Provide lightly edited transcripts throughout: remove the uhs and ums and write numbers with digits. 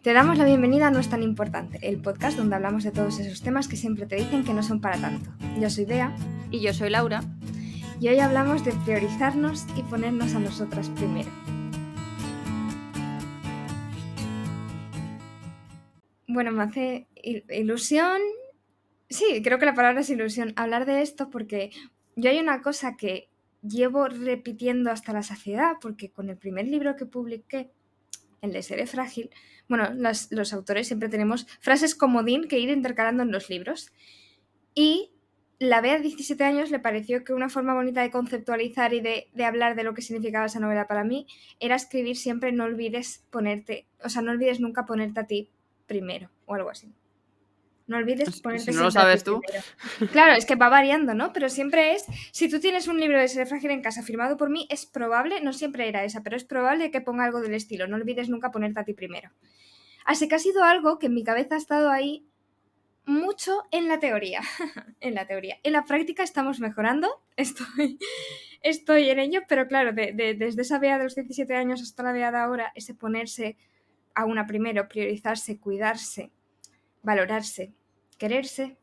Te damos la bienvenida a No es tan importante, el podcast donde hablamos de todos esos temas que siempre te dicen que no son para tanto. Yo soy Bea. Y yo soy Laura. Y hoy hablamos de priorizarnos y ponernos a nosotras primero. Bueno, me hace ilusión. Sí, creo que la palabra es ilusión. Hablar de esto porque yo hay una cosa que llevo repitiendo hasta la saciedad, porque con el primer libro que publiqué, el de Seré Frágil, bueno, los autores siempre tenemos frases comodín que ir intercalando en los libros. Y la Bea de 17 años le pareció que una forma bonita de conceptualizar y de hablar de lo que significaba esa novela para mí era escribir siempre no olvides nunca ponerte a ti primero o algo así. No olvides ponerte si no lo sabes tú. Primero. Claro, es que va variando, ¿no? Pero siempre es, si tú tienes un libro de Ser Frágil en casa firmado por mí, es probable, no siempre era esa, pero es probable que ponga algo del estilo, no olvides nunca ponerte a ti primero. Así que ha sido algo que en mi cabeza ha estado ahí mucho en la teoría. En la práctica estamos mejorando, estoy en ello, pero claro, desde esa Bea de los 17 años hasta la Bea de ahora, ese ponerse a una primero, priorizarse, cuidarse, valorarse, quererse,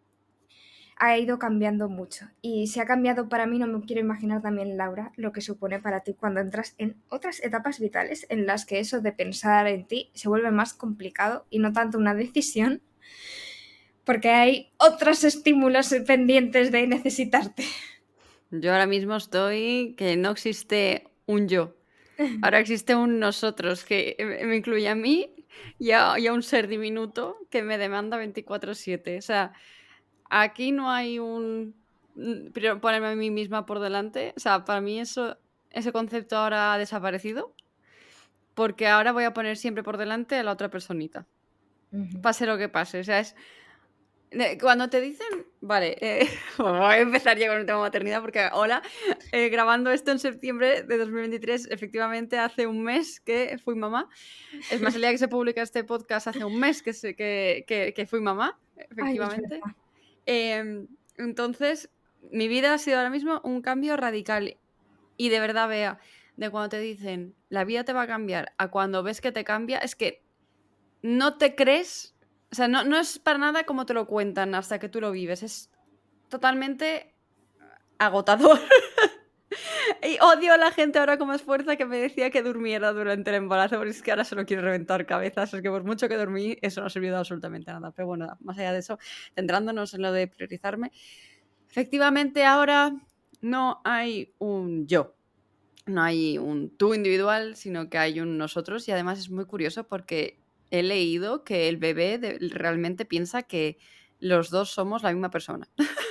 ha ido cambiando mucho. Y si ha cambiado para mí, no me quiero imaginar también, Laura, lo que supone para ti cuando entras en otras etapas vitales en las que eso de pensar en ti se vuelve más complicado y no tanto una decisión, porque hay otros estímulos pendientes de necesitarte. Yo ahora mismo estoy que no existe un yo. Ahora existe un nosotros, que me incluye a mí y a un ser diminuto que me demanda 24/7. O sea, aquí no hay ponerme a mí misma por delante. O sea, para mí ese concepto ahora ha desaparecido, porque ahora voy a poner siempre por delante a la otra personita. Pase lo que pase. O sea, cuando te dicen, vale, voy a empezar ya con el tema maternidad porque, grabando esto en septiembre de 2023, efectivamente hace un mes que fui mamá. Es más, el día que se publica este podcast hace un mes que fui mamá, efectivamente. Entonces, mi vida ha sido ahora mismo un cambio radical. Y de verdad, Bea, de cuando te dicen, la vida te va a cambiar, a cuando ves que te cambia, es que no te crees. O sea, no es para nada como te lo cuentan hasta que tú lo vives. Es totalmente agotador. Y odio a la gente ahora con más fuerza que me decía que durmiera durante el embarazo, porque es que ahora solo quiero reventar cabezas. Es que por mucho que dormí, eso no ha servido absolutamente nada. Pero bueno, más allá de eso, centrándonos en lo de priorizarme, efectivamente ahora no hay un yo. No hay un tú individual, sino que hay un nosotros. Y además es muy curioso porque he leído que el bebé realmente piensa que los dos somos la misma persona.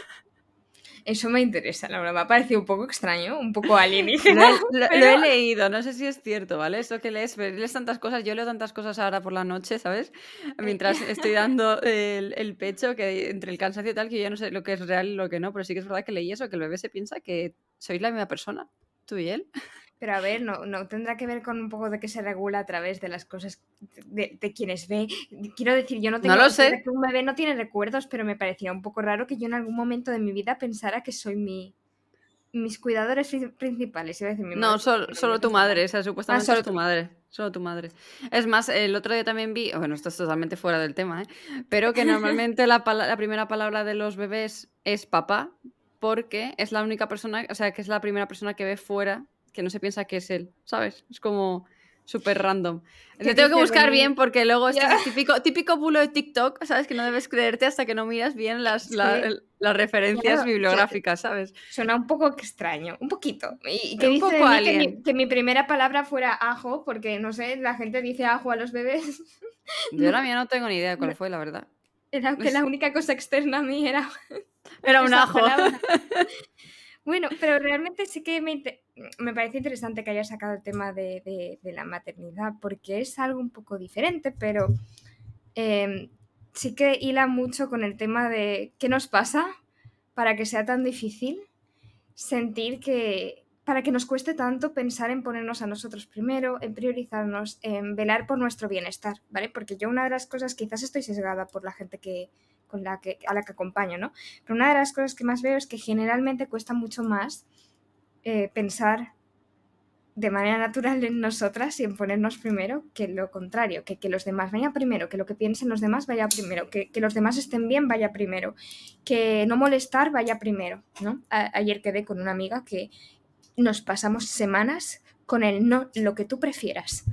Eso me interesa, Laura. Me ha parecido un poco extraño, un poco alienígena. Lo he leído, no sé si es cierto, ¿vale? Eso que lees tantas cosas, yo leo tantas cosas ahora por la noche, ¿sabes? Mientras estoy dando el pecho, que entre el cansancio y tal, que yo ya no sé lo que es real y lo que no, pero sí que es verdad que leí eso, que el bebé se piensa que sois la misma persona, tú y él. Pero a ver, no tendrá que ver con un poco de que se regula a través de las cosas de quienes ve. Quiero decir, yo no tengo... No lo sé. Que un bebé no tiene recuerdos, pero me parecía un poco raro que yo en algún momento de mi vida pensara que soy mis cuidadores principales. Iba a decir mi madre. No, solo tu madre, o sea, supuestamente es tu madre. Solo tu madre. Es más, el otro día también vi, bueno, esto es totalmente fuera del tema, pero que normalmente la primera palabra de los bebés es papá, porque es la única persona, o sea, que es la primera persona que ve fuera, que no se piensa que es él, ¿sabes? Es como súper random. Te tengo que buscar bien porque luego esto es típico bulo de TikTok, ¿sabes? Que no debes creerte hasta que no miras bien las referencias bibliográficas, ¿sabes? Suena un poco extraño, un poquito. Y que dice de mí que mi primera palabra fuera ajo, porque, no sé, la gente dice ajo a los bebés. Yo la mía no tengo ni idea de cuál fue, la verdad. Era que la única cosa externa a mí era un ajo. Bueno, pero realmente sí que me parece interesante que hayas sacado el tema de la maternidad, porque es algo un poco diferente, pero sí que hila mucho con el tema de qué nos pasa para que sea tan difícil sentir que, para que nos cueste tanto pensar en ponernos a nosotros primero, en priorizarnos, en velar por nuestro bienestar, ¿vale? Porque yo una de las cosas, quizás estoy sesgada por la gente a la que acompaño, ¿no? Pero una de las cosas que más veo es que generalmente cuesta mucho más pensar de manera natural en nosotras y en ponernos primero que lo contrario, que los demás vayan primero, que lo que piensen los demás vaya primero, que los demás estén bien vaya primero, que no molestar vaya primero, ¿no? Ayer quedé con una amiga que nos pasamos semanas con el no, lo que tú prefieras.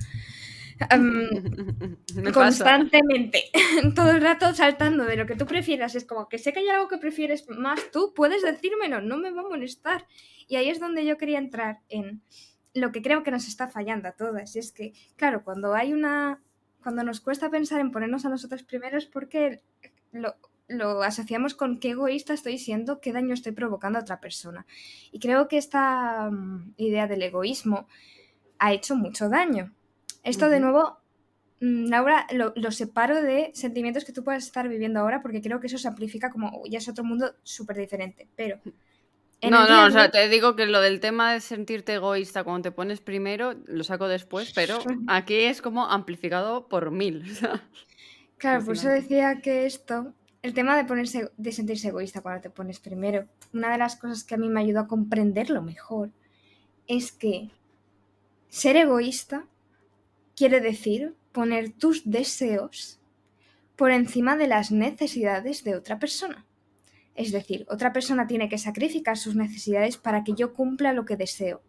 Constantemente, todo el rato saltando de lo que tú prefieras. Es como que sé que hay algo que prefieres más tú, puedes decírmelo, no me va a molestar. Y ahí es donde yo quería entrar en lo que creo que nos está fallando a todas. Y es que, claro, cuando nos cuesta pensar en ponernos a nosotros primero es porque lo asociamos con qué egoísta estoy siendo, qué daño estoy provocando a otra persona. Y creo que esta idea del egoísmo ha hecho mucho daño. Esto de nuevo, Laura, lo separo de sentimientos que tú puedas estar viviendo ahora porque creo que eso se amplifica como ya es otro mundo súper diferente, pero... o sea, te digo que lo del tema de sentirte egoísta cuando te pones primero, lo saco después, pero aquí es como amplificado por 1000. Claro, por eso decía que el tema de sentirse egoísta cuando te pones primero, una de las cosas que a mí me ayudó a comprenderlo mejor es que ser egoísta quiere decir poner tus deseos por encima de las necesidades de otra persona. Es decir, otra persona tiene que sacrificar sus necesidades para que yo cumpla lo que deseo.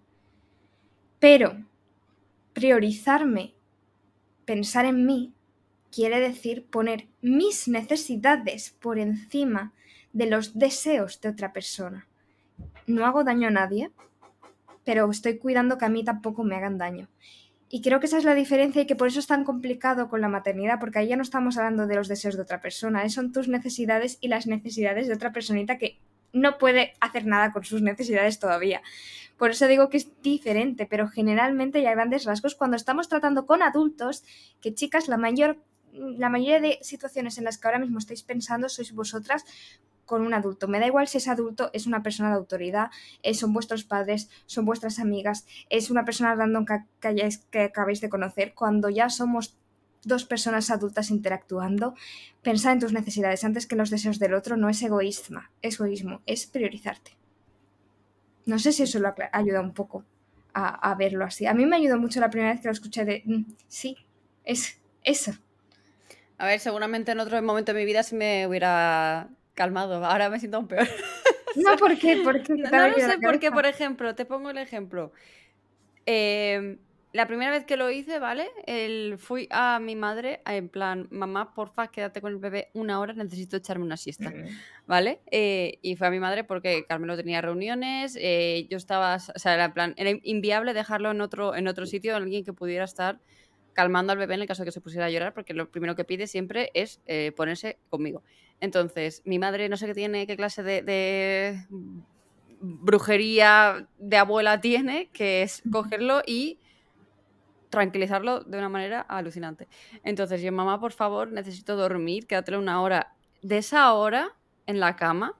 Pero priorizarme, pensar en mí, quiere decir poner mis necesidades por encima de los deseos de otra persona. No hago daño a nadie, pero estoy cuidando que a mí tampoco me hagan daño. Y creo que esa es la diferencia y que por eso es tan complicado con la maternidad, porque ahí ya no estamos hablando de los deseos de otra persona, son tus necesidades y las necesidades de otra personita que no puede hacer nada con sus necesidades todavía. Por eso digo que es diferente, pero generalmente y a grandes rasgos, cuando estamos tratando con adultos, que chicas, la mayoría de situaciones en las que ahora mismo estáis pensando sois vosotras con un adulto. Me da igual si ese adulto es una persona de autoridad, son vuestros padres, son vuestras amigas, es una persona random que acabáis de conocer. Cuando ya somos dos personas adultas interactuando, pensar en tus necesidades antes que en los deseos del otro no es egoísmo, es priorizarte. No sé si eso lo ayuda un poco a verlo así. A mí me ayudó mucho la primera vez que lo escuché sí, es eso. A ver, seguramente en otro momento de mi vida sí me hubiera calmado. Ahora me siento aún peor. No, ¿por qué? No lo sé, porque, por ejemplo, te pongo el ejemplo. La primera vez que lo hice, ¿vale? Fui a mi madre en plan, mamá, porfa, quédate con el bebé 1 hora, necesito echarme una siesta, ¿vale? Y fue a mi madre porque Carmelo tenía reuniones, yo estaba, o sea, era en plan, era inviable dejarlo en otro sitio, en alguien que pudiera estar calmando al bebé en el caso de que se pusiera a llorar, porque lo primero que pide siempre es ponerse conmigo. Entonces, mi madre no sé qué clase de brujería de abuela tiene, que es cogerlo y tranquilizarlo de una manera alucinante. Entonces yo, mamá, por favor, necesito dormir, quédate 1 hora. De esa hora en la cama,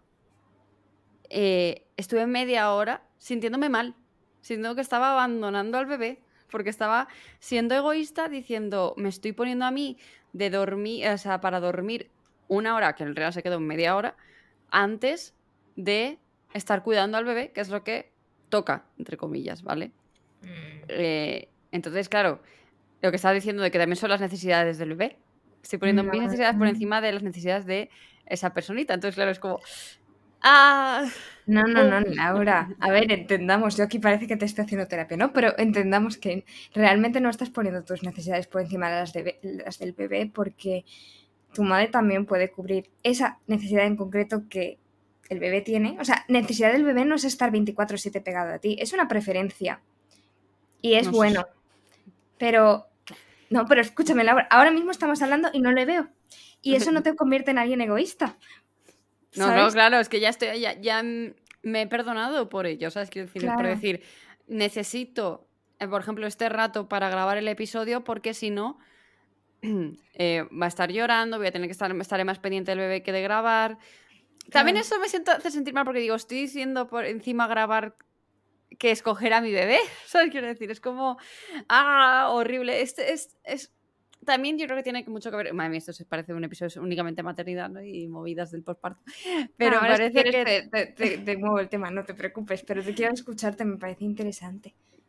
estuve media hora sintiéndome mal, sintiendo que estaba abandonando al bebé, porque estaba siendo egoísta diciendo, me estoy poniendo a mí de dormir, o sea, para dormir 1 hora, que en realidad se quedó en media hora, antes de estar cuidando al bebé, que es lo que toca, entre comillas, ¿vale? Entonces, claro, lo que estaba diciendo de que también son las necesidades del bebé. Estoy poniendo mis necesidades por encima de las necesidades de esa personita. Entonces, claro, es como... No, Laura. A ver, entendamos, yo aquí parece que te estoy haciendo terapia, ¿no? Pero entendamos que realmente no estás poniendo tus necesidades por encima de las del bebé porque tu madre también puede cubrir esa necesidad en concreto que el bebé tiene. O sea, necesidad del bebé no es estar 24/7 pegado a ti, es una preferencia. Y es bueno. Pero, no, pero escúchame, Laura, ahora mismo estamos hablando y no le veo. Y eso no te convierte en alguien egoísta. ¿sabes? No, claro, es que ya me he perdonado por ello, ¿sabes? Quiero decir, por decir, necesito, por ejemplo, este rato para grabar el episodio porque si no, va a estar llorando, voy a tener que estaré más pendiente del bebé que de grabar. También eso me hace sentir mal porque digo, estoy diciendo por encima grabar que escoger a mi bebé, ¿sabes? Quiero decir, es como, horrible. También yo creo que tiene mucho que ver. Madre mía, esto se parece a un episodio únicamente maternidad, ¿no? Y movidas del posparto. Pero ahora parece que. Te muevo el tema, no te preocupes, pero te quiero escucharte, me parece interesante.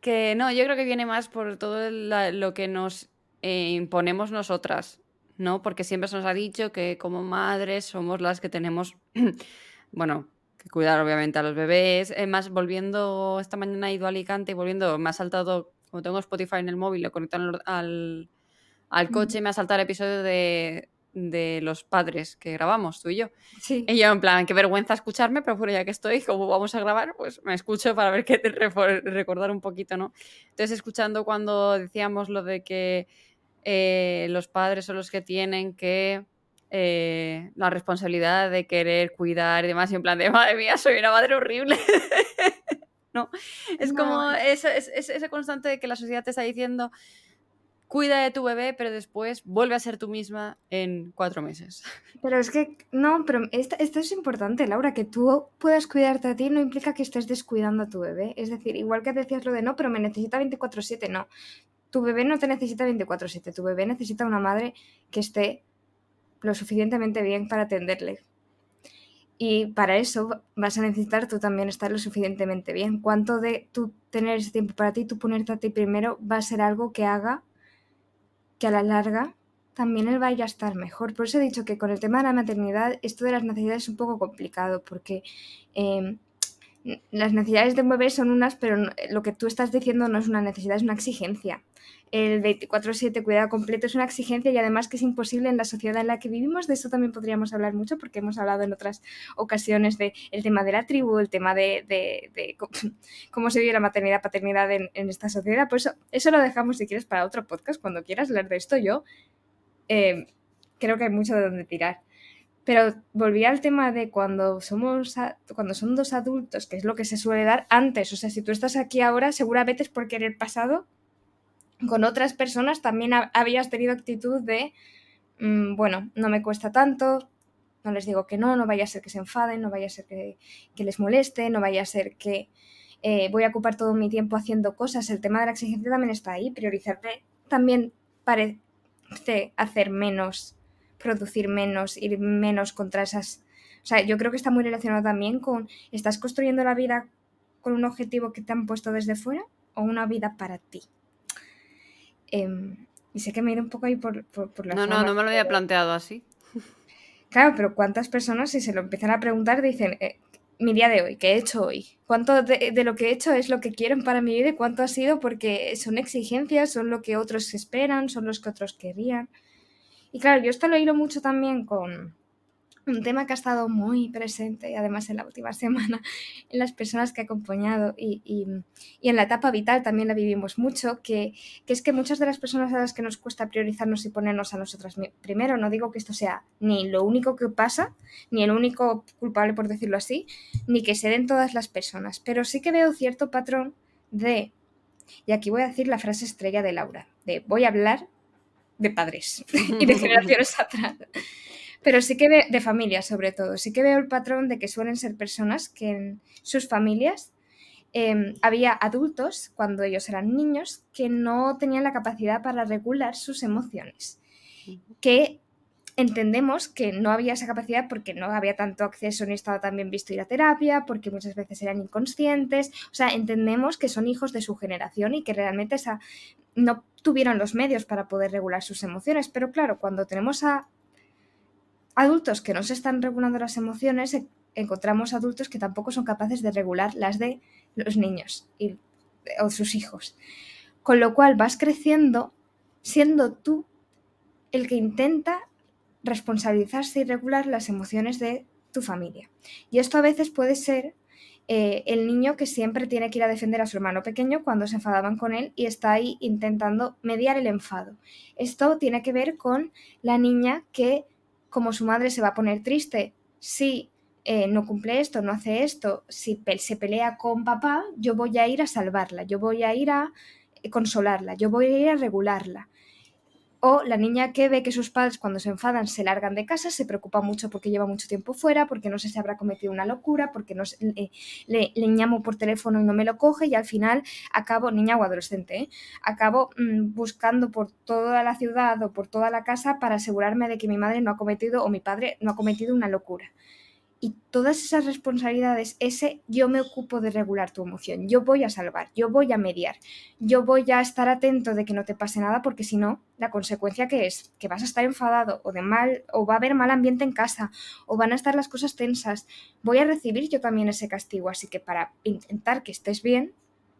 Que no, yo creo que viene más por todo lo que nos imponemos nosotras, ¿no? Porque siempre se nos ha dicho que como madres somos las que tenemos, bueno, que cuidar obviamente a los bebés. Más volviendo, esta mañana he ido a Alicante y volviendo, me ha saltado, como tengo Spotify en el móvil, lo conecto al coche, me ha saltado el episodio de los padres que grabamos, tú y yo. Sí. Y yo en plan, qué vergüenza escucharme, pero bueno, ya que estoy, como vamos a grabar, pues me escucho para ver qué recordar un poquito, ¿no? Entonces, escuchando cuando decíamos lo de que los padres son los que tienen que la responsabilidad de querer cuidar y demás, y en plan de, madre mía, soy una madre horrible. No, es No, como ese constante de que la sociedad te está diciendo, cuida de tu bebé, pero después vuelve a ser tú misma en 4 meses. pero es que, no, pero esto es importante, Laura, que tú puedas cuidarte a ti no implica que estés descuidando a tu bebé. Es decir, igual que decías lo de no, pero me necesita 24/7, no. Tu bebé no te necesita 24/7, tu bebé necesita una madre que esté lo suficientemente bien para atenderle. Y para eso vas a necesitar tú también estar lo suficientemente bien. Cuánto de tú tener ese tiempo para ti, tú ponerte a ti primero, va a ser algo que haga que a la larga también él vaya a estar mejor. Por eso he dicho que con el tema de la maternidad, esto de las necesidades es un poco complicado, porque las necesidades de un bebé son unas, pero lo que tú estás diciendo no es una necesidad, es una exigencia. El 24/7 cuidado completo es una exigencia y además que es imposible en la sociedad en la que vivimos. De eso también podríamos hablar mucho porque hemos hablado en otras ocasiones del tema de la tribu, el tema de cómo se vive la maternidad, paternidad en esta sociedad. Por eso lo dejamos si quieres para otro podcast, cuando quieras hablar de esto. Yo creo que hay mucho de donde tirar. Pero volví al tema de cuando son dos adultos, que es lo que se suele dar antes. O sea, si tú estás aquí ahora, seguramente es porque en el pasado con otras personas también habías tenido actitud de, bueno, no me cuesta tanto, no les digo que no vaya a ser que se enfaden, no vaya a ser que les moleste, no vaya a ser que voy a ocupar todo mi tiempo haciendo cosas. El tema de la exigencia también está ahí. Priorizarte también parece hacer menos, producir menos, ir menos contra esas... O sea, yo creo que está muy relacionado también con, ¿estás construyendo la vida con un objetivo que te han puesto desde fuera o una vida para ti? Y sé que me he ido un poco ahí por las ramas. No me lo había planteado así. Claro, pero ¿cuántas personas, si se lo empiezan a preguntar, dicen, mi día de hoy, qué he hecho hoy? ¿Cuánto de lo que he hecho es lo que quieren para mi vida y cuánto ha sido porque son exigencias, son lo que otros esperan, son los que otros querrían? Y claro, yo esto lo hilo mucho también con un tema que ha estado muy presente, además en la última semana, en las personas que he acompañado y en la etapa vital también la vivimos mucho, que es que muchas de las personas a las que nos cuesta priorizarnos y ponernos a nosotras primero, no digo que esto sea ni lo único que pasa, ni el único culpable, por decirlo así, ni que se den todas las personas, pero sí que veo cierto patrón de, y aquí voy a decir la frase estrella de Laura, de voy a hablar de padres y de generaciones atrás. Pero sí que veo, de familias sobre todo, sí que veo el patrón de que suelen ser personas que en sus familias había adultos, cuando ellos eran niños, que no tenían la capacidad para regular sus emociones. Que entendemos que no había esa capacidad porque no había tanto acceso ni estaba tan bien visto ir a terapia, porque muchas veces eran inconscientes. O sea, entendemos que son hijos de su generación y que realmente no tuvieron los medios para poder regular sus emociones. Pero claro, cuando tenemos a adultos que no se están regulando las emociones, encontramos adultos que tampoco son capaces de regular las de los niños o sus hijos. Con lo cual vas creciendo siendo tú el que intenta responsabilizarse y regular las emociones de tu familia. Y esto a veces puede ser el niño que siempre tiene que ir a defender a su hermano pequeño cuando se enfadaban con él y está ahí intentando mediar el enfado. Esto tiene que ver con la niña que, como su madre se va a poner triste si no cumple esto, no hace esto, si se pelea con papá, yo voy a ir a salvarla, yo voy a ir a consolarla, yo voy a ir a regularla. O la niña que ve que sus padres cuando se enfadan se largan de casa, se preocupa mucho porque lleva mucho tiempo fuera, porque no sé si habrá cometido una locura, porque no le llamo por teléfono y no me lo coge y al final acabo, niña o adolescente, acabo buscando por toda la ciudad o por toda la casa para asegurarme de que mi madre no ha cometido o mi padre no ha cometido una locura. Y todas esas responsabilidades, yo me ocupo de regular tu emoción, yo voy a salvar, yo voy a mediar, yo voy a estar atento de que no te pase nada, porque si no, la consecuencia que es que vas a estar enfadado o de mal, o va a haber mal ambiente en casa, o van a estar las cosas tensas, voy a recibir yo también ese castigo. Así que para intentar que estés bien,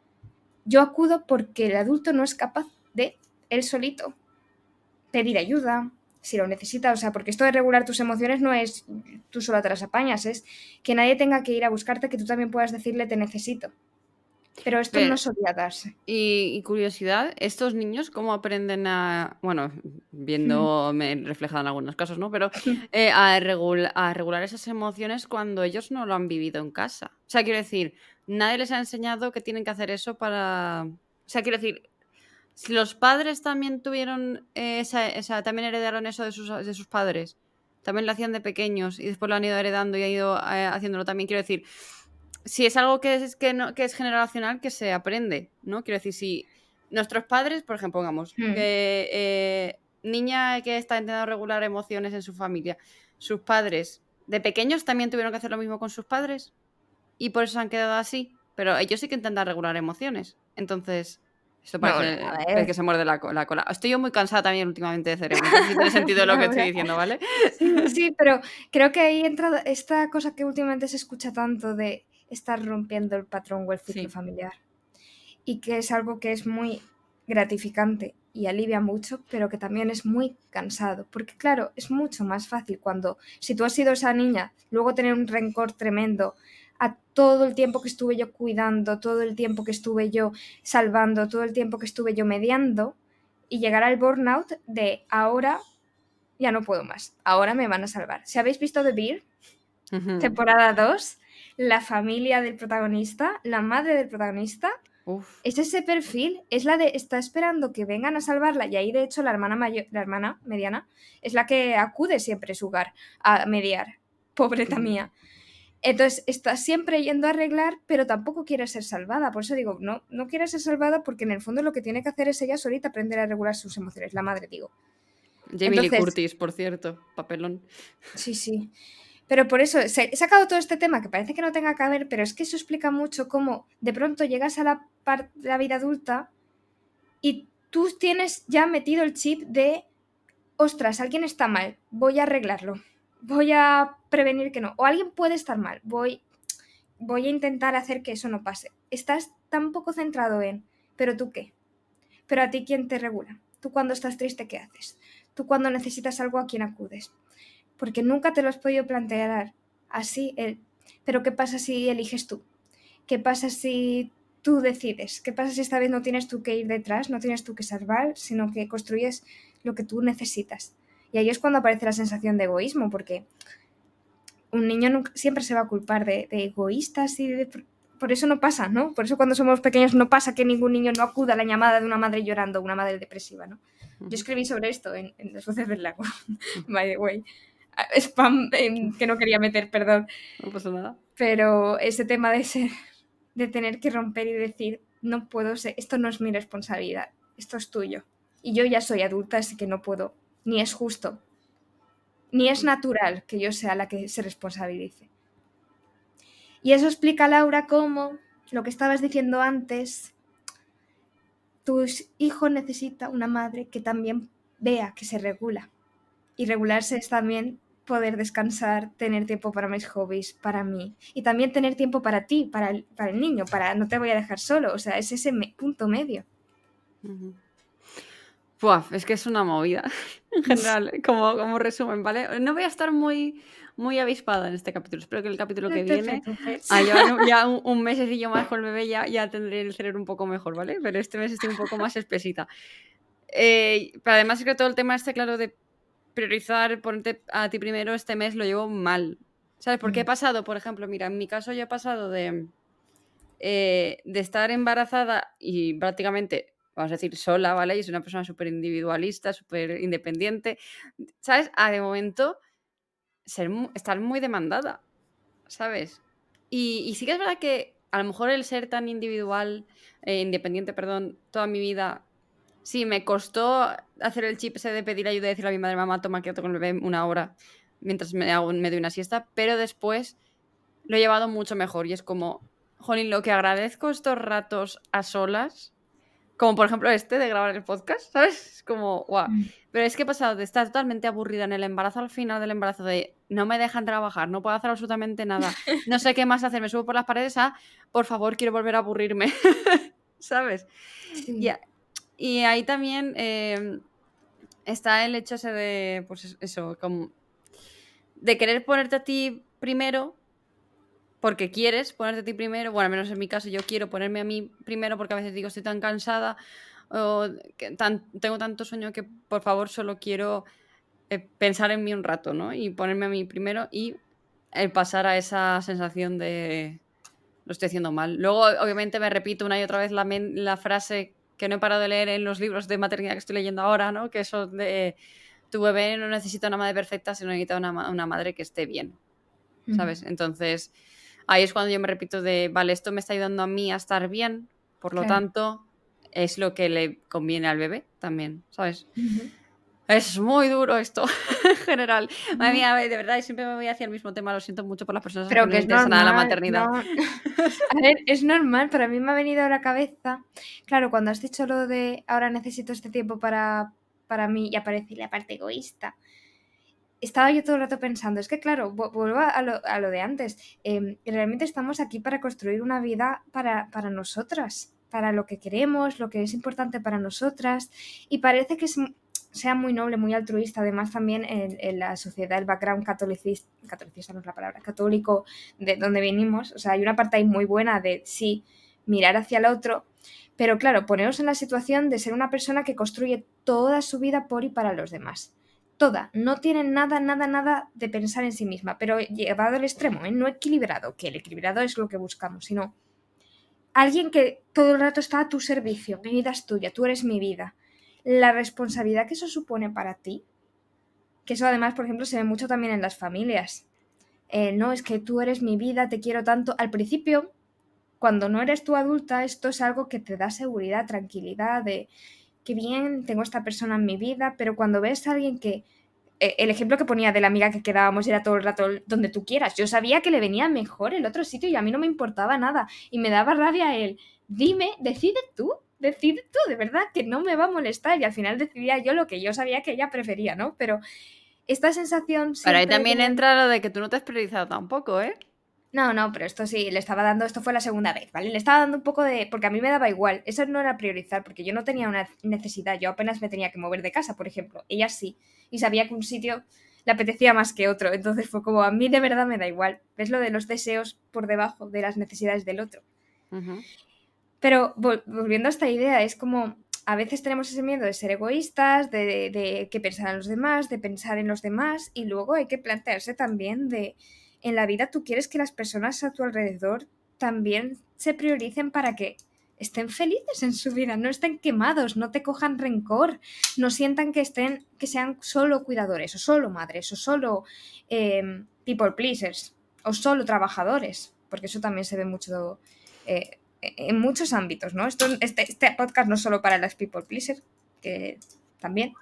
yo acudo porque el adulto no es capaz de él solito pedir ayuda si lo necesita. O sea, porque esto de regular tus emociones no es tú solo te las apañas, es que nadie tenga que ir a buscarte, que tú también puedas decirle te necesito. Pero esto no Pero, solía darse. y curiosidad, ¿estos niños cómo aprenden a, bueno, viéndome reflejado en algunos casos, ¿no? Pero a regular esas emociones cuando ellos no lo han vivido en casa? O sea, quiero decir, nadie les ha enseñado que tienen que hacer eso para... O sea, quiero decir, si los padres también tuvieron también heredaron eso de sus padres, también lo hacían de pequeños y después lo han ido heredando y han ido haciéndolo también, quiero decir, si es algo que es generacional, que se aprende, ¿no? Quiero decir, si nuestros padres, por ejemplo, pongamos, que niña que está intentando regular emociones en su familia, sus padres de pequeños también tuvieron que hacer lo mismo con sus padres y por eso se han quedado así, pero ellos sí que intentan regular emociones. Entonces, esto No, parece a el que ver. se muerde la cola. Estoy yo muy cansada también últimamente de cerebro, no sé si tiene sentido lo que estoy Laura. diciendo, ¿vale? Sí, sí, pero creo que ahí entra esta cosa que últimamente se escucha tanto de estar rompiendo el patrón o el ciclo Sí. familiar. Y que es algo que es muy gratificante y alivia mucho, pero que también es muy cansado. Porque claro, es mucho más fácil cuando, si tú has sido esa niña, luego tener un rencor tremendo a todo el tiempo que estuve yo cuidando, todo el tiempo que estuve yo salvando, todo el tiempo que estuve yo mediando, y llegar al burnout de ahora ya no puedo más, ahora me van a salvar. Si habéis visto The Bear, temporada 2, la familia del protagonista, la madre del protagonista, Uf. es ese perfil, es la de está esperando que vengan a salvarla, y ahí de hecho la hermana mayor, la hermana mediana es la que acude siempre a su hogar a mediar, pobreta mía. Entonces está siempre yendo a arreglar, pero tampoco quiere ser salvada. Por eso digo, no quiere ser salvada, porque en el fondo lo que tiene que hacer es ella solita aprender a regular sus emociones, la madre, digo. Jamie Lee Entonces, Curtis, por cierto, papelón. sí. Pero por eso he sacado todo este tema que parece que no tenga que ver, pero es que eso explica mucho cómo de pronto llegas a la vida adulta y tú tienes ya metido el chip de, ostras, alguien está mal, voy a arreglarlo, voy a prevenir que no, o alguien puede estar mal, voy a intentar hacer que eso no pase. Estás tan poco centrado en, pero tú qué, pero a ti quién te regula, tú cuando estás triste, ¿qué haces? Tú cuando necesitas algo, ¿a quién acudes? Porque nunca te lo has podido plantear así. Pero ¿qué pasa si eliges tú? ¿Qué pasa si tú decides? ¿Qué pasa si esta vez no tienes tú que ir detrás, no tienes tú que salvar, sino que construyes lo que tú necesitas? Y ahí es cuando aparece la sensación de egoísmo, porque un niño siempre se va a culpar de egoístas y por eso no pasa, ¿no? Por eso cuando somos pequeños no pasa que ningún niño no acuda a la llamada de una madre llorando, una madre depresiva, ¿no? Yo escribí sobre esto en Las voces del lago, by the way. Spam que no quería meter, perdón. No pasa nada. Pero ese tema de tener que romper y decir, no puedo ser, esto no es mi responsabilidad, esto es tuyo. Y yo ya soy adulta, así que no puedo, ni es justo, ni es natural que yo sea la que se responsabilice. Y eso explica, Laura, cómo lo que estabas diciendo antes, tu hijo necesita una madre que también vea que se regula. Y regularse es también poder descansar, tener tiempo para mis hobbies, para mí. Y también tener tiempo para ti, para el niño, para no te voy a dejar solo. O sea, es ese punto medio. Buah, es que es una movida, en general, como resumen, ¿vale? No voy a estar muy, muy avispada en este capítulo. Espero que el capítulo que viene, a llevar ya un mesecillo más con el bebé, ya tendré el cerebro un poco mejor, ¿vale? Pero este mes estoy un poco más espesita. Pero además es que todo el tema este, claro, de priorizar, ponerte a ti primero, este mes lo llevo mal. ¿Sabes? Porque he pasado, por ejemplo, mira, en mi caso yo he pasado de estar embarazada y prácticamente, vamos a decir, sola, ¿vale? Y soy una persona súper individualista, súper independiente, ¿sabes? A de momento estar muy demandada, ¿sabes? Y sí que es verdad que a lo mejor el ser tan independiente, perdón, toda mi vida, sí, me costó hacer el chip ese de pedir ayuda y decirle a mi madre, mamá, toma, quédate con el bebé una hora. mientras me doy una siesta, pero después lo he llevado mucho mejor y es como, jolín, lo que agradezco estos ratos a solas, como por ejemplo este de grabar el podcast, ¿sabes? Es como, guau. Pero es que he pasado de estar totalmente aburrida en el embarazo al final del embarazo, de no me dejan trabajar, no puedo hacer absolutamente nada, no sé qué más hacer, me subo por las paredes a, por favor, quiero volver a aburrirme, ¿sabes? Sí. Y ahí también está el hecho ese de, pues eso, como de querer ponerte a ti primero porque quieres ponerte a ti primero. Bueno, al menos en mi caso yo quiero ponerme a mí primero porque a veces digo estoy tan cansada o que tengo tanto sueño que por favor solo quiero pensar en mí un rato, ¿no? Y ponerme a mí primero y pasar a esa sensación de lo estoy haciendo mal. Luego, obviamente, me repito una y otra vez la frase que no he parado de leer en los libros de maternidad que estoy leyendo ahora, ¿no? Que eso de tu bebé no necesita una madre perfecta, sino necesita una madre que esté bien, ¿sabes? Entonces, ahí es cuando yo me repito de, vale, esto me está ayudando a mí a estar bien, por lo tanto, es lo que le conviene al bebé también, ¿sabes? Es muy duro esto, en general. Madre mía, de verdad, siempre me voy hacia el mismo tema, lo siento mucho por las personas Pero que no que les es interesa nada la normal, maternidad. no. A ver, es normal, pero a mí me ha venido a la cabeza, claro, cuando has dicho lo de ahora necesito este tiempo para mí y aparece la parte egoísta. Estaba yo todo el rato pensando, es que claro, vuelvo a lo de antes, realmente estamos aquí para construir una vida para nosotras, para lo que queremos, lo que es importante para nosotras, y parece que sea muy noble, muy altruista, además también en la sociedad, el background católico no es la palabra, católico de donde venimos, o sea, hay una parte ahí muy buena de sí, mirar hacia el otro, pero claro, poneros en la situación de ser una persona que construye toda su vida por y para los demás. Toda, no tiene nada de pensar en sí misma, pero llevado al extremo, no equilibrado, que el equilibrado es lo que buscamos, sino alguien que todo el rato está a tu servicio, mi vida es tuya, tú eres mi vida. La responsabilidad que eso supone para ti, que eso además, por ejemplo, se ve mucho también en las familias. No, es que tú eres mi vida, te quiero tanto. Al principio, cuando no eres tú adulta, esto es algo que te da seguridad, tranquilidad, de qué bien, tengo esta persona en mi vida, pero cuando ves a alguien que el ejemplo que ponía de la amiga que quedábamos era todo el rato donde tú quieras. Yo sabía que le venía mejor el otro sitio y a mí no me importaba nada. Y me daba rabia él. Dime, decide tú, de verdad, que no me va a molestar. Y al final decidía yo lo que yo sabía que ella prefería, ¿no? Pero esta sensación Pero ahí siempre también entra lo de que tú no te has priorizado tampoco, ¿eh? No, pero esto sí, le estaba dando, esto fue la segunda vez, ¿vale? Le estaba dando un poco de, porque a mí me daba igual, eso no era priorizar, porque yo no tenía una necesidad, yo apenas me tenía que mover de casa, por ejemplo, ella sí, y sabía que un sitio le apetecía más que otro, entonces fue como, a mí de verdad me da igual, ves lo de los deseos por debajo de las necesidades del otro. Pero volviendo a esta idea, es como, a veces tenemos ese miedo de ser egoístas, de que pensar en los demás, de pensar en los demás, y luego hay que plantearse también de en la vida tú quieres que las personas a tu alrededor también se prioricen para que estén felices en su vida, no estén quemados, no te cojan rencor, no sientan que sean solo cuidadores, o solo madres, o solo people pleasers, o solo trabajadores, porque eso también se ve mucho en muchos ámbitos, ¿no? Este podcast no es solo para las people pleasers, que también,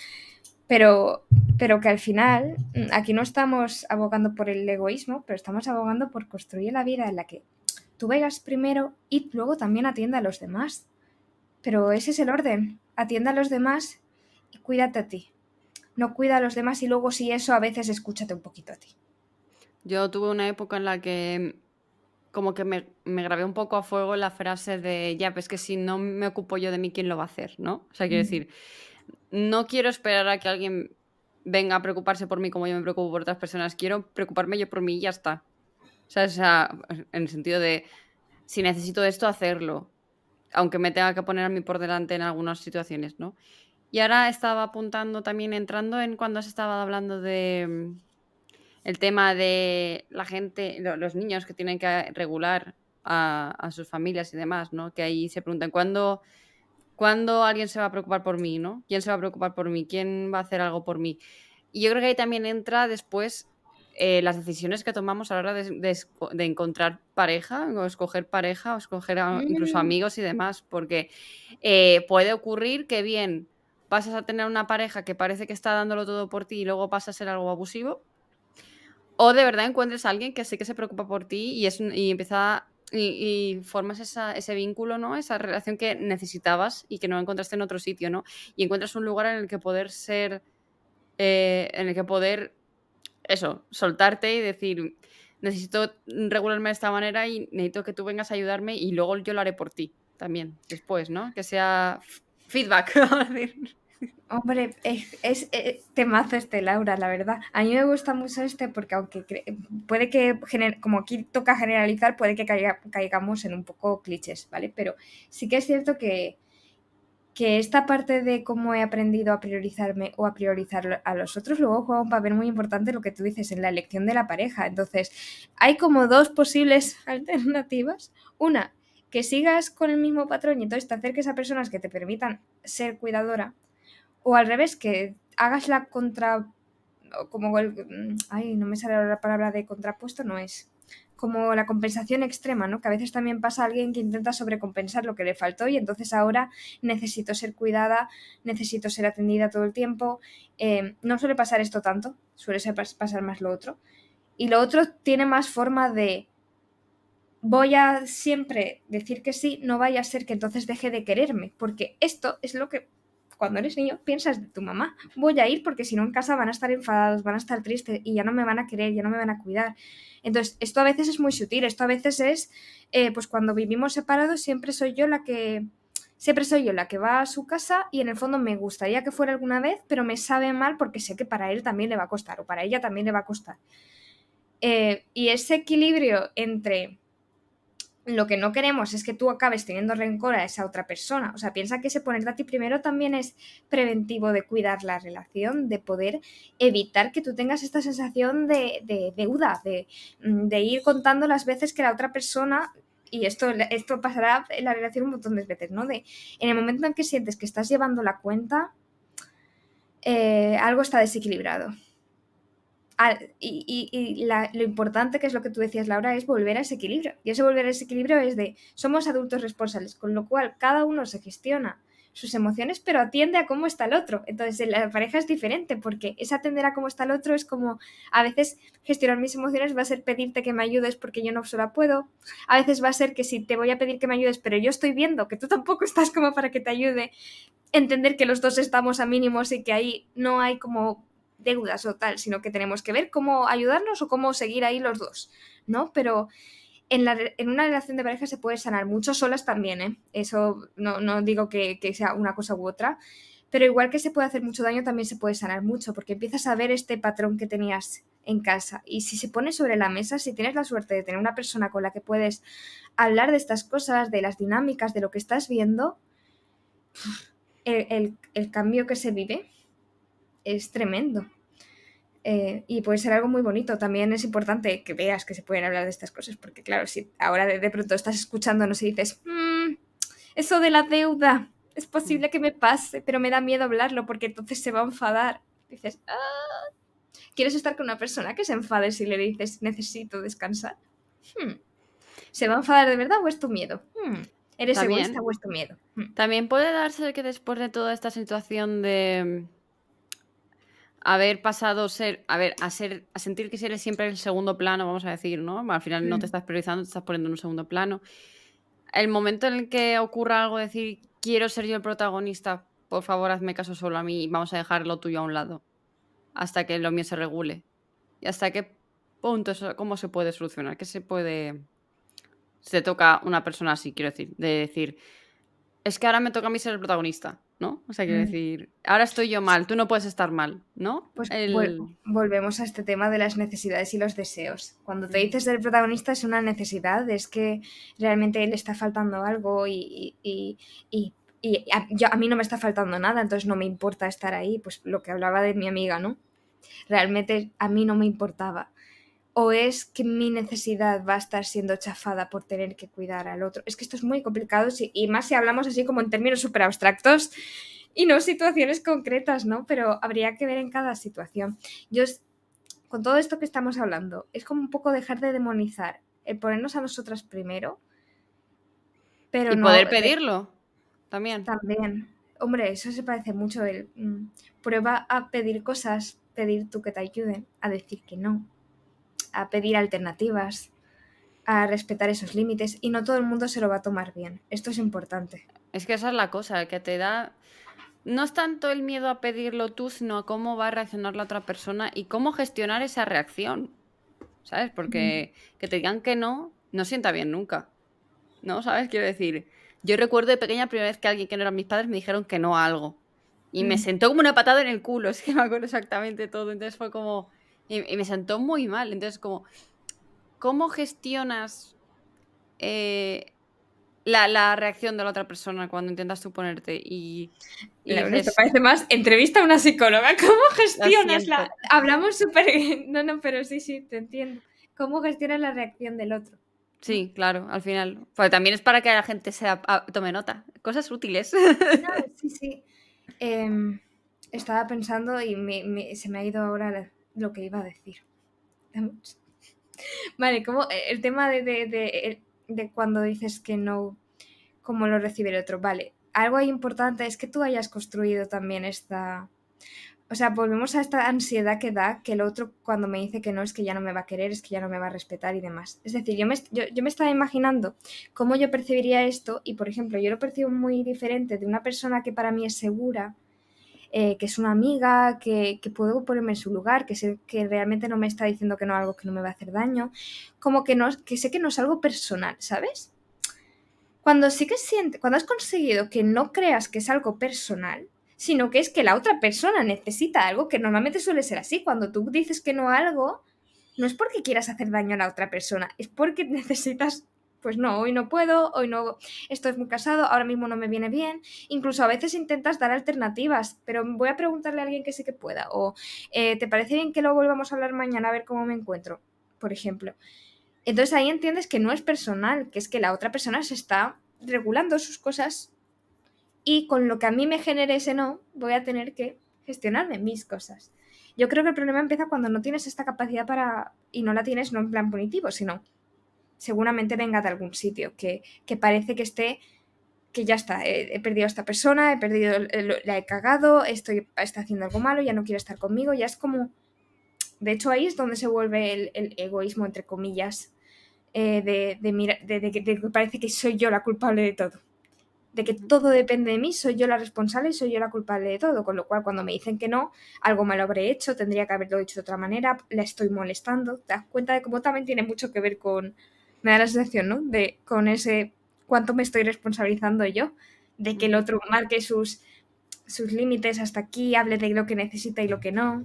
pero que al final aquí no estamos abogando por el egoísmo, pero estamos abogando por construir la vida en la que tú vayas primero y luego también atienda a los demás. Pero ese es el orden, atienda a los demás y cuídate a ti. No cuida a los demás y luego si eso a veces escúchate un poquito a ti. Yo tuve una época en la que como que me grabé un poco a fuego la frase de, ya, pues que si no me ocupo yo de mí, ¿quién lo va a hacer? ¿No? O sea, quiero decir, no quiero esperar a que alguien venga a preocuparse por mí como yo me preocupo por otras personas, quiero preocuparme yo por mí y ya está. O sea, en el sentido de, si necesito esto, hacerlo, aunque me tenga que poner a mí por delante en algunas situaciones, ¿no? Y ahora estaba apuntando también, entrando en cuando se estaba hablando de el tema de la gente, los niños que tienen que regular a sus familias y demás, ¿no? Que ahí se preguntan, ¿cuándo alguien se va a preocupar por mí, ¿no? ¿Quién se va a preocupar por mí? ¿Quién va a hacer algo por mí? Y yo creo que ahí también entra después las decisiones que tomamos a la hora de encontrar pareja, o escoger pareja, o escoger incluso amigos y demás, porque puede ocurrir que bien pasas a tener una pareja que parece que está dándolo todo por ti y luego pasa a ser algo abusivo, O de verdad encuentres a alguien que sé que se preocupa por ti y empieza y formas ese vínculo, ¿no? Esa relación que necesitabas y que no encontraste en otro sitio, ¿no? Y encuentras un lugar en el que poder ser, en el que poder, eso, soltarte y decir, necesito regularme de esta manera y necesito que tú vengas a ayudarme y luego yo lo haré por ti también, después, ¿no? Que sea feedback, vamos a decir. Hombre, temazo este, Laura, la verdad. A mí me gusta mucho este porque aunque puede que, como aquí toca generalizar, puede que caigamos en un poco clichés, ¿vale? Pero sí que es cierto que esta parte de cómo he aprendido a priorizarme o a priorizar a los otros luego juega un papel muy importante lo que tú dices en la elección de la pareja. Entonces, hay como dos posibles alternativas. Una, que sigas con el mismo patrón y entonces te acerques a personas que te permitan ser cuidadora. O al revés, que hagas la contra... como el... Ay, no me sale la palabra de contrapuesto, no es. Como la compensación extrema, ¿no? Que a veces también pasa a alguien que intenta sobrecompensar lo que le faltó y entonces ahora necesito ser cuidada, necesito ser atendida todo el tiempo. No suele pasar esto tanto, suele pasar más lo otro. Y lo otro tiene más forma de voy a siempre decir que sí, no vaya a ser que entonces deje de quererme, porque esto es lo que cuando eres niño piensas de tu mamá. Voy a ir porque si no en casa van a estar enfadados, van a estar tristes y ya no me van a querer, ya no me van a cuidar. Entonces, esto a veces es muy sutil, esto a veces es, pues cuando vivimos separados siempre soy yo la que va a su casa y en el fondo me gustaría que fuera alguna vez, pero me sabe mal porque sé que para él también le va a costar o para ella también le va a costar. Y ese equilibrio entre lo que no queremos es que tú acabes teniendo rencor a esa otra persona. O sea, piensa que ese ponerte a ti primero también es preventivo de cuidar la relación, de poder evitar que tú tengas esta sensación de deuda, de ir contando las veces que la otra persona, y esto pasará en la relación un montón de veces, ¿no? En el momento en que sientes que estás llevando la cuenta, algo está desequilibrado. Lo importante, que es lo que tú decías, Laura, es volver a ese equilibrio. Y ese volver a ese equilibrio es de somos adultos responsables, con lo cual cada uno se gestiona sus emociones, pero atiende a cómo está el otro. Entonces, en la pareja es diferente, porque ese atender a cómo está el otro es como, a veces gestionar mis emociones va a ser pedirte que me ayudes porque yo no sola puedo. A veces va a ser que si te voy a pedir que me ayudes, pero yo estoy viendo que tú tampoco estás como para que te ayude, entender que los dos estamos a mínimos y que ahí no hay como deudas o tal, sino que tenemos que ver cómo ayudarnos o cómo seguir ahí los dos, ¿no? Pero en una relación de pareja se puede sanar mucho solas también, ¿eh? Eso no digo que sea una cosa u otra, pero igual que se puede hacer mucho daño, también se puede sanar mucho, porque empiezas a ver este patrón que tenías en casa. Y si se pone sobre la mesa, si tienes la suerte de tener una persona con la que puedes hablar de estas cosas, de las dinámicas, de lo que estás viendo, el cambio que se vive es tremendo. Y puede ser algo muy bonito. También es importante que veas que se pueden hablar de estas cosas, porque claro, si ahora de pronto estás escuchándonos y dices, eso de la deuda, es posible que me pase, pero me da miedo hablarlo porque entonces se va a enfadar. Dices, ¿quieres estar con una persona que se enfade si le dices necesito descansar? ¿Se va a enfadar de verdad o es tu miedo? ¿Eres También, egoísta o es tu miedo? también puede darse que después de toda esta situación de haber pasado a sentir que eres siempre el segundo plano, vamos a decir, ¿no? Al final no te estás priorizando, te estás poniendo en un segundo plano. El momento en el que ocurra algo, decir, quiero ser yo el protagonista, por favor, hazme caso solo a mí y vamos a dejar lo tuyo a un lado hasta que lo mío se regule. ¿Y hasta qué punto cómo se puede solucionar? ¿Qué se puede...? Se toca una persona así, quiero decir, de decir, es que ahora me toca a mí ser el protagonista, ¿no? O sea, quiero decir, ahora estoy yo mal, tú no puedes estar mal, ¿no? Pues volvemos a este tema de las necesidades y los deseos. Cuando te dices ser protagonista es una necesidad, es que realmente le está faltando algo y a mí no me está faltando nada, entonces no me importa estar ahí. Pues lo que hablaba de mi amiga, ¿no? Realmente a mí no me importaba. O es que mi necesidad va a estar siendo chafada por tener que cuidar al otro. Es que esto es muy complicado y más si hablamos así como en términos súper abstractos y no situaciones concretas, ¿no? Pero habría que ver en cada situación. Con todo esto que estamos hablando, es como un poco dejar de demonizar, el ponernos a nosotras primero, pero y no... poder pedirlo también. También, hombre, eso se parece mucho prueba a pedir cosas, pedir tú que te ayuden, a decir que no. a pedir alternativas, a respetar esos límites, y no todo el mundo se lo va a tomar bien. Esto es importante. Es que esa es la cosa, que te da... No es tanto el miedo a pedirlo tú, sino a cómo va a reaccionar la otra persona y cómo gestionar esa reacción, ¿sabes? Porque que te digan que no sienta bien nunca, ¿no? ¿Sabes? Quiero decir, yo recuerdo de pequeña primera vez que alguien que no eran mis padres me dijeron que no a algo. Y me sentó como una patada en el culo, es que me acuerdo exactamente todo. Entonces fue como... Y me sentó muy mal. Entonces como, ¿cómo gestionas la reacción de la otra persona cuando intentas tú ponerte y Esto dices, parece más entrevista a una psicóloga. ¿Cómo lo gestionas siento? Hablamos súper... No, pero sí, te entiendo. ¿Cómo gestionas la reacción del otro? Sí, claro, al final. Pues también es para que la gente tome nota. Cosas útiles. No, sí. Estaba pensando y se me ha ido ahora lo que iba a decir. Vale, como el tema de cuando dices que no, cómo lo recibe el otro. Vale, algo ahí importante es que tú hayas construido también esta... O sea, volvemos a esta ansiedad que da que el otro cuando me dice que no es que ya no me va a querer, es que ya no me va a respetar y demás. Es decir, yo me estaba imaginando cómo yo percibiría esto y, por ejemplo, yo lo percibo muy diferente de una persona que para mí es segura, que es una amiga, que puedo ponerme en su lugar, que sé que realmente no me está diciendo que no algo que no me va a hacer daño, como que sé que no es algo personal, ¿sabes? Cuando sí que cuando has conseguido que no creas que es algo personal, sino que es que la otra persona necesita algo, que normalmente suele ser así, cuando tú dices que no a algo, no es porque quieras hacer daño a la otra persona, es porque necesitas, pues no, hoy no puedo, hoy no, estoy muy cansado, ahora mismo no me viene bien, incluso a veces intentas dar alternativas, pero voy a preguntarle a alguien que sí que pueda, o ¿te parece bien que lo volvamos a hablar mañana a ver cómo me encuentro? Por ejemplo. Entonces ahí entiendes que no es personal, que es que la otra persona se está regulando sus cosas y con lo que a mí me genere ese no, voy a tener que gestionarme mis cosas. Yo creo que el problema empieza cuando no tienes esta capacidad para, y no la tienes no en plan punitivo, sino seguramente venga de algún sitio, que parece que esté, que ya está, he perdido a esta persona, la he cagado, está haciendo algo malo, ya no quiere estar conmigo, ya es como... De hecho ahí es donde se vuelve el egoísmo, entre comillas, de que parece que soy yo la culpable de todo. De que todo depende de mí, soy yo la responsable y soy yo la culpable de todo. Con lo cual, cuando me dicen que no, algo mal habré hecho, tendría que haberlo hecho de otra manera, la estoy molestando. Te das cuenta de cómo también tiene mucho que ver con, me da la sensación, ¿no? Con ese cuánto me estoy responsabilizando yo, de que el otro marque sus límites hasta aquí, hable de lo que necesita y lo que no.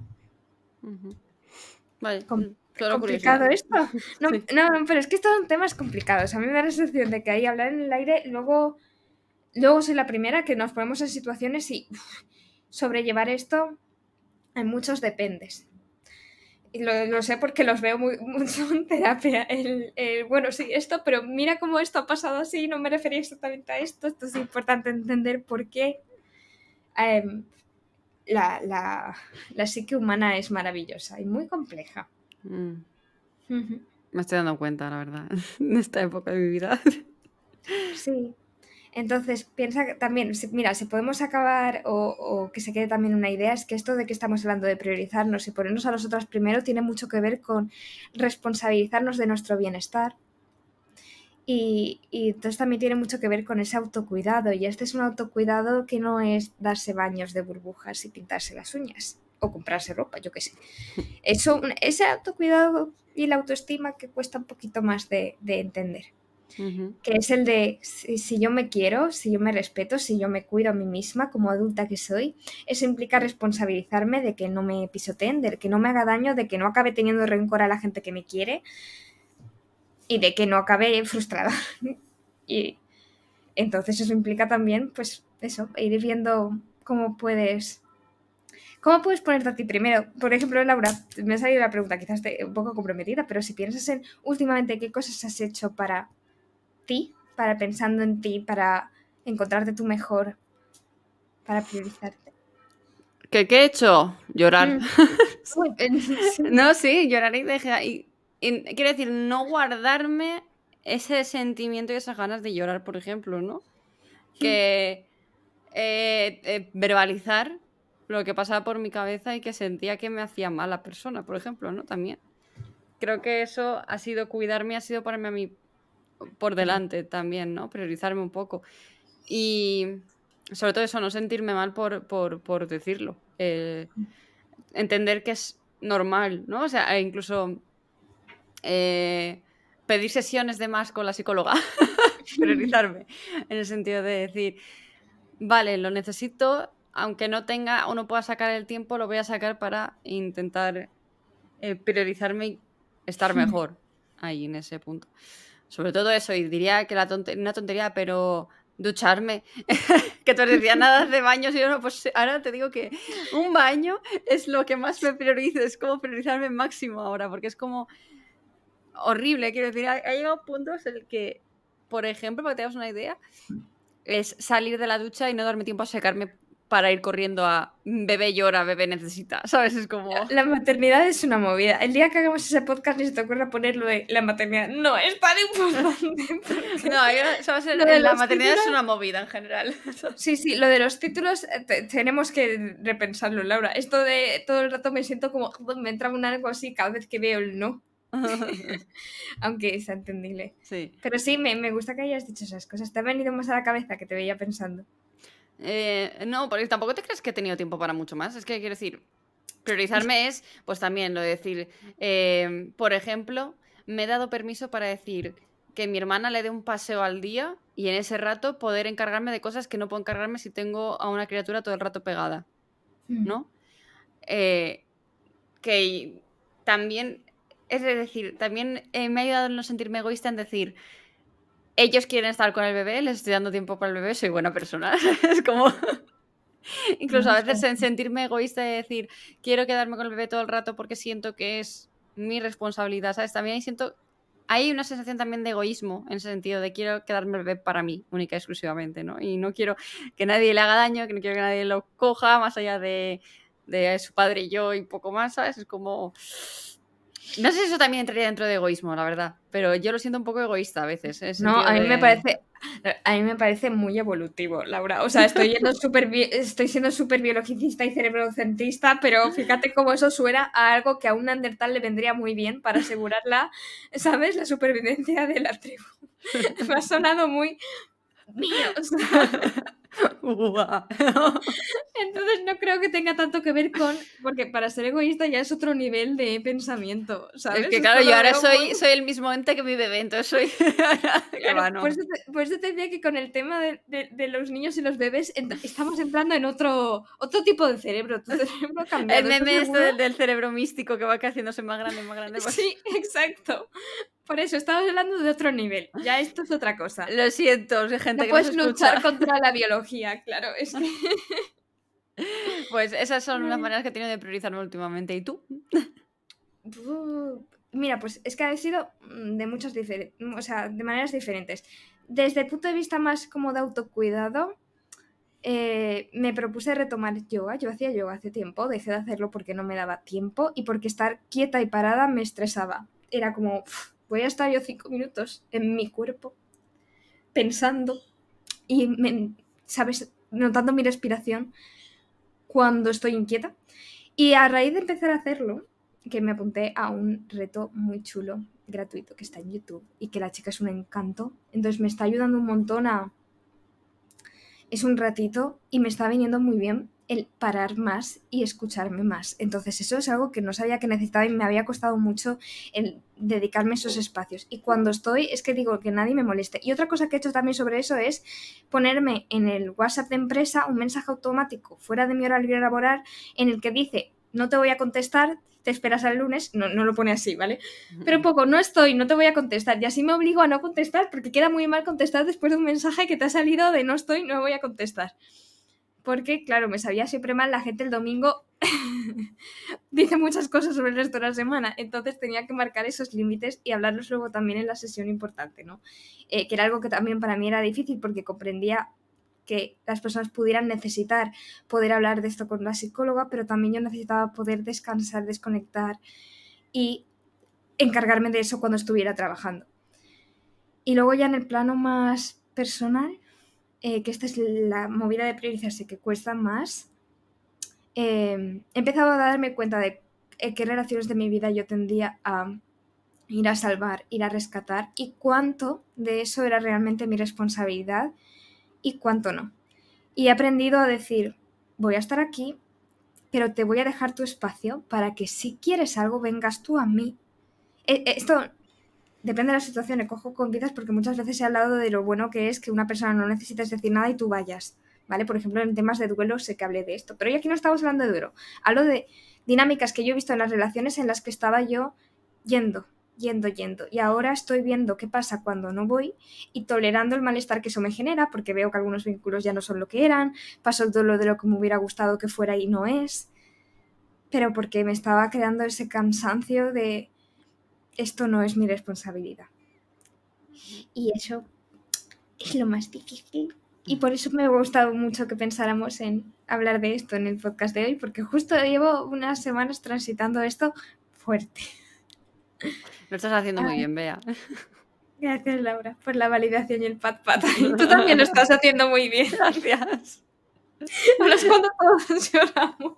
Vale, solo ¿Complicado curiosidad. esto? No, Sí. no, pero es que estos son temas complicados. A mí me da la sensación de que ahí hablar en el aire, luego soy la primera que nos ponemos en situaciones y sobrellevar esto en muchos dependes. Y lo sé porque los veo mucho en terapia. Bueno, sí, esto, pero mira cómo esto ha pasado así, no me refería exactamente a esto. Esto es importante entender por qué la psique humana es maravillosa y muy compleja. Me estoy dando cuenta, la verdad, en esta época de mi vida. Sí. Entonces, piensa que también, mira, si podemos acabar o que se quede también una idea, es que esto de que estamos hablando de priorizarnos y ponernos a nosotras primero tiene mucho que ver con responsabilizarnos de nuestro bienestar. Y entonces también tiene mucho que ver con ese autocuidado. Y este es un autocuidado que no es darse baños de burbujas y pintarse las uñas o comprarse ropa, yo qué sé. Ese autocuidado y la autoestima que cuesta un poquito más de entender. Que es el de si yo me quiero, si yo me respeto, si yo me cuido a mí misma como adulta que soy, eso implica responsabilizarme de que no me pisoteen, de que no me haga daño, de que no acabe teniendo rencor a la gente que me quiere y de que no acabe frustrada. Y entonces eso implica también, pues eso, ir viendo cómo puedes ponerte a ti primero. Por ejemplo, Laura, me ha salido la pregunta, quizás un poco comprometida, pero si piensas en últimamente qué cosas has hecho para ti, para pensando en ti, para encontrarte tú mejor, para priorizarte. ¿Qué he hecho? Llorar. Sí. No, sí, llorar y quiero decir, no guardarme ese sentimiento y esas ganas de llorar, por ejemplo, ¿no? Que verbalizar lo que pasaba por mi cabeza y que sentía que me hacía mal la persona, por ejemplo, ¿no? También. creo que eso ha sido cuidarme, ha sido ponerme a mí por delante también, ¿no? Priorizarme un poco. Y sobre todo eso, no sentirme mal por decirlo. Entender que es normal, ¿no? O sea, incluso pedir sesiones de más con la psicóloga. Priorizarme. En el sentido de decir, vale, lo necesito, aunque no tenga o no pueda sacar el tiempo, lo voy a sacar para intentar priorizarme y estar mejor ahí en ese punto. Sobre todo eso, y diría que una tontería, pero ducharme. Que tú decías nada de baños y yo no, pues ahora te digo que un baño es lo que más me priorizo, es como priorizarme máximo ahora, porque es como horrible, quiero decir, ha llegado puntos en el que, por ejemplo, para que te hagas una idea, es salir de la ducha y no darme tiempo a secarme para ir corriendo a bebé llora, bebé necesita, ¿sabes? Es como... La maternidad es una movida. El día que hagamos ese podcast ni se te ocurra ponerlo de la maternidad. No, es tan importante. No, ¿sabes? La maternidad es una movida en general. Sí, lo de los títulos tenemos que repensarlo, Laura. Esto de todo el rato me siento como... Me entra un algo así cada vez que veo el no. Aunque es entendible. Sí. Pero sí, me gusta que hayas dicho esas cosas. ¿Te ha venido más a la cabeza que te veía pensando? No, porque tampoco te crees que he tenido tiempo para mucho más. Es que quiero decir, priorizarme es, pues también lo de decir, por ejemplo, me he dado permiso para decir que mi hermana le dé un paseo al día y en ese rato poder encargarme de cosas que no puedo encargarme si tengo a una criatura todo el rato pegada, ¿no? Que también, es decir, también me ha ayudado a no sentirme egoísta en decir, ellos quieren estar con el bebé, les estoy dando tiempo para el bebé, soy buena persona. Es como... Incluso a veces en sentirme egoísta de decir, quiero quedarme con el bebé todo el rato porque siento que es mi responsabilidad, ¿sabes? También hay una sensación también de egoísmo en ese sentido de quiero quedarme el bebé para mí, única y exclusivamente, ¿no? Y no quiero que nadie le haga daño, que no quiero que nadie lo coja más allá de su padre y yo y poco más, ¿sabes? Es como... No sé si eso también entraría dentro de egoísmo, la verdad, pero yo lo siento un poco egoísta a veces. No, a mí me parece muy evolutivo, Laura. O sea, estoy siendo súper biologicista y cerebrocentrista, pero fíjate cómo eso suena a algo que a un neandertal le vendría muy bien para asegurar ¿sabes? La supervivencia de la tribu. Me ha sonado muy mío, ¿sabes? Entonces no creo que tenga tanto que ver porque para ser egoísta ya es otro nivel de pensamiento, ¿sabes? Es que claro, yo ahora soy el mismo ente que mi bebé, entonces soy... Claro, por eso te decía que con el tema de los niños y los bebés estamos entrando en otro tipo de cerebro. Tu cerebro ha cambiado. El meme del cerebro místico que va haciéndose más grande, más grande. Sí, exacto. Por eso, estamos hablando de otro nivel. Ya esto es otra cosa. Lo siento, gente no que puedes nos escucha. luchar contra la biología, claro. Es que... Pues esas son las maneras que he tenido de priorizarme últimamente. ¿Y tú? Mira, pues es que ha sido de de maneras diferentes. Desde el punto de vista más como de autocuidado, me propuse retomar yoga. Yo hacía yoga hace tiempo, dejé de hacerlo porque no me daba tiempo y porque estar quieta y parada me estresaba. Era como, voy a estar yo 5 minutos en mi cuerpo pensando y, ¿sabes? Notando mi respiración cuando estoy inquieta. Y a raíz de empezar a hacerlo, que me apunté a un reto muy chulo, gratuito, que está en YouTube y que la chica es un encanto. Entonces me está ayudando un montón Es un ratito y me está viniendo muy bien el parar más y escucharme más. Entonces eso es algo que no sabía que necesitaba y me había costado mucho el dedicarme a esos espacios. Y cuando estoy, es que digo que nadie me moleste. Y otra cosa que he hecho también sobre eso es ponerme en el WhatsApp de empresa un mensaje automático fuera de mi horario laboral en el que dice, no te voy a contestar, te esperas al lunes, no lo pone así, ¿vale? Pero un poco, no te voy a contestar. Y así me obligo a no contestar porque queda muy mal contestar después de un mensaje que te ha salido de no voy a contestar. Porque, claro, me sabía siempre mal, la gente el domingo dice muchas cosas sobre el resto de la semana, entonces tenía que marcar esos límites y hablarlos luego también en la sesión importante, ¿no? Que era algo que también para mí era difícil porque comprendía que las personas pudieran necesitar poder hablar de esto con la psicóloga, pero también yo necesitaba poder descansar, desconectar y encargarme de eso cuando estuviera trabajando. Y luego ya en el plano más personal, que esta es la movida de priorizarse que cuesta más, he empezado a darme cuenta de qué relaciones de mi vida yo tendía a ir a salvar, ir a rescatar, y cuánto de eso era realmente mi responsabilidad y cuánto no. Y he aprendido a decir, voy a estar aquí, pero te voy a dejar tu espacio para que si quieres algo vengas tú a mí. Esto depende de la situación, le cojo con vidas porque muchas veces he hablado de lo bueno que es que una persona no necesites decir nada y tú vayas, ¿vale? Por ejemplo, en temas de duelo sé que hablé de esto, pero hoy aquí no estamos hablando de duelo, hablo de dinámicas que yo he visto en las relaciones en las que estaba yo yendo, y ahora estoy viendo qué pasa cuando no voy y tolerando el malestar que eso me genera, porque veo que algunos vínculos ya no son lo que eran, paso el duelo de lo que me hubiera gustado que fuera y no es, pero porque me estaba creando ese cansancio de esto no es mi responsabilidad. Y eso es lo más difícil. Y por eso me ha gustado mucho que pensáramos en hablar de esto en el podcast de hoy, porque justo llevo unas semanas transitando esto fuerte. Lo estás haciendo muy bien, Bea. Gracias, Laura, por la validación y el pat-pat. Y tú también lo estás haciendo muy bien. Gracias. Ahora es cuando todos lloramos.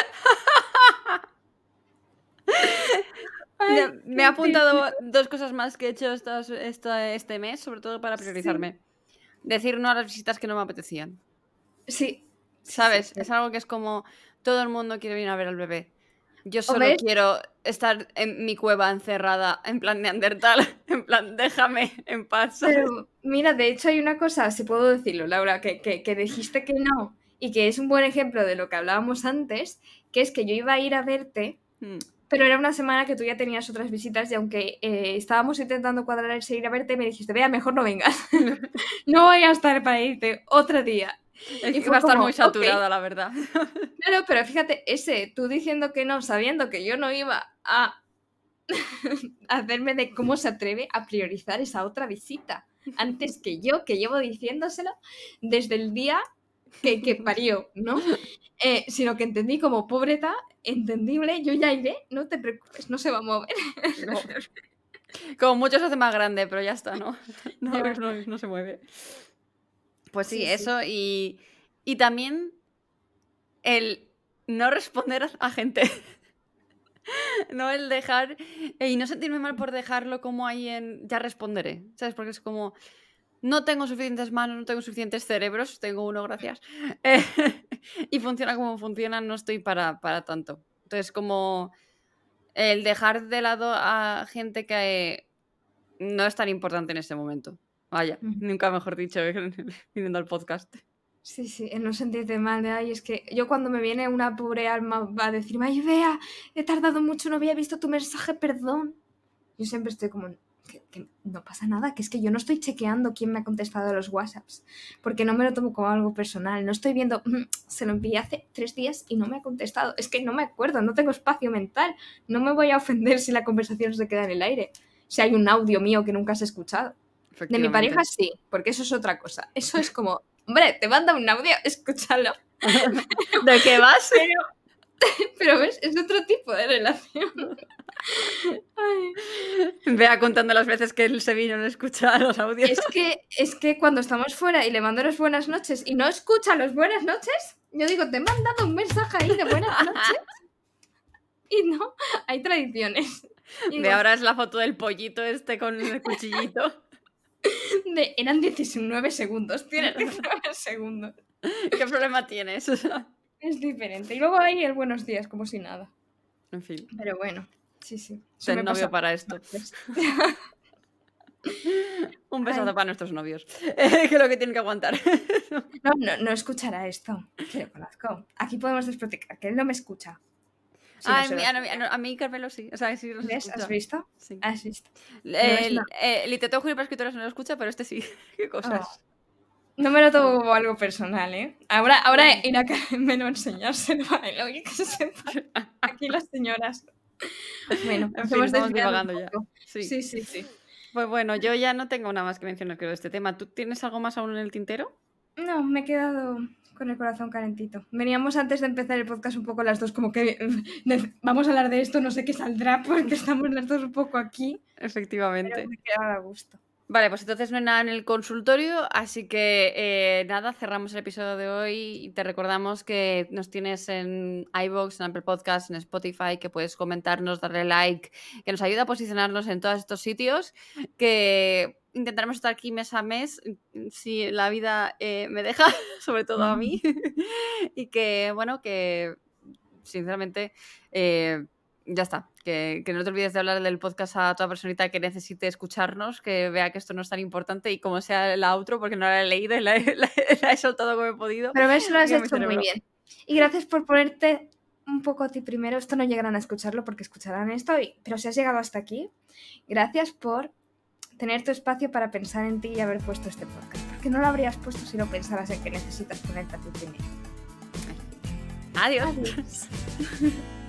Ay, me he apuntado 2 cosas más que he hecho este mes, sobre todo para priorizarme. Sí. Decir no a las visitas que no me apetecían. Sí. ¿Sabes? Sí. Es algo que es como todo el mundo quiere venir a ver al bebé. Yo solo quiero estar en mi cueva encerrada, en plan neandertal, en plan déjame en paz. ¿Sabes? Pero mira, de hecho hay una cosa, si puedo decirlo, Laura, que dijiste que no y que es un buen ejemplo de lo que hablábamos antes, que es que yo iba a ir a verte, pero era una semana que tú ya tenías otras visitas y aunque estábamos intentando cuadrar el seguir a verte, me dijiste, vea, mejor no vengas. No voy a estar para irte otro día. Es que iba a estar muy saturada, la verdad. Claro, pero fíjate, tú diciendo que no, sabiendo que yo no iba a hacerme de cómo se atreve a priorizar esa otra visita antes que yo, que llevo diciéndoselo desde el día que parió, ¿no? Sino que entendí como pobreta, entendible, yo ya iré, no te preocupes, no se va a mover. No. Como mucho se hace más grande, pero ya está, ¿no? No se mueve. Pues sí, eso sí. Y también el no responder a gente. No el dejar y no sentirme mal por dejarlo como ahí en ya responderé, ¿sabes? Porque es como no tengo suficientes manos, no tengo suficientes cerebros, tengo uno, gracias. Y funciona como funciona, no estoy para tanto. Entonces, como el dejar de lado a gente que no es tan importante en este momento. Vaya, nunca mejor dicho, viniendo al podcast. Sí, el no sentirte mal de, ay, es que yo cuando me viene una pobre alma va a decirme, ay, Bea, he tardado mucho, no había visto tu mensaje, perdón. Yo siempre estoy como, que no pasa nada, que es que yo no estoy chequeando quién me ha contestado a los WhatsApps, porque no me lo tomo como algo personal, no estoy viendo, se lo envié hace 3 días y no me ha contestado, es que no me acuerdo, no tengo espacio mental, no me voy a ofender si la conversación se queda en el aire, si hay un audio mío que nunca has escuchado. De mi pareja sí, porque eso es otra cosa, eso es como, hombre, te manda un audio, escúchalo. ¿De qué vas? Pero ves, es otro tipo de relación. Ay. Vea contando las veces que él se vino a escuchar los audios. Es que cuando estamos fuera y le mando las buenas noches y no escucha las buenas noches, yo digo, te he mandado un mensaje ahí de buenas noches. Y no, hay tradiciones. De ahora es la foto del pollito este con el cuchillito. Eran 19 segundos, tienes 19 segundos. ¿Qué problema tienes? Es diferente. Y luego hay el buenos días, como si nada. En fin. Pero bueno, sí. Ten novio para esto. Un besazo para nuestros novios. Que es lo que tienen que aguantar. No escuchará esto. Que lo conozco. Aquí podemos desproteger, que él no me escucha. Sí, a mí Carmelo sí. O sea, sí los ¿Ves? escucha. ¿Has visto? Sí. ¿Has visto? El Liteto Juli para escritores no lo escucha, pero este sí. Qué cosas. Oh. No me lo tomo como algo personal, ¿eh? Ahora ir a Carmelo a enseñárselo a él. Oye, que se sepa. Aquí las señoras. Bueno, en fin, estamos divagando ya. Sí. Pues bueno, yo ya no tengo nada más que mencionar creo de este tema. ¿Tú tienes algo más aún en el tintero? No, me he quedado con el corazón calentito. Veníamos antes de empezar el podcast un poco las dos como que vamos a hablar de esto, no sé qué saldrá porque estamos las dos un poco aquí. Efectivamente. Pero me he quedado a gusto. Vale, pues entonces no hay nada en el consultorio, así que nada, cerramos el episodio de hoy y te recordamos que nos tienes en iVoox, en Apple Podcasts, en Spotify, que puedes comentarnos, darle like, que nos ayuda a posicionarnos en todos estos sitios, que intentaremos estar aquí mes a mes, si la vida me deja, sobre todo a mí, y que, bueno, que sinceramente... ya está, que no te olvides de hablar del podcast a toda personita que necesite escucharnos, que vea que esto no es tan importante y como sea la outro, porque no la he leído y la he soltado como he podido. Pero ves, lo has hecho muy bien. Y gracias por ponerte un poco a ti primero. Esto no llegarán a escucharlo porque escucharán esto, pero si has llegado hasta aquí, gracias por tener tu espacio para pensar en ti y haber puesto este podcast. Porque no lo habrías puesto si no pensaras en que necesitas ponerte a ti primero. Adiós. Adiós.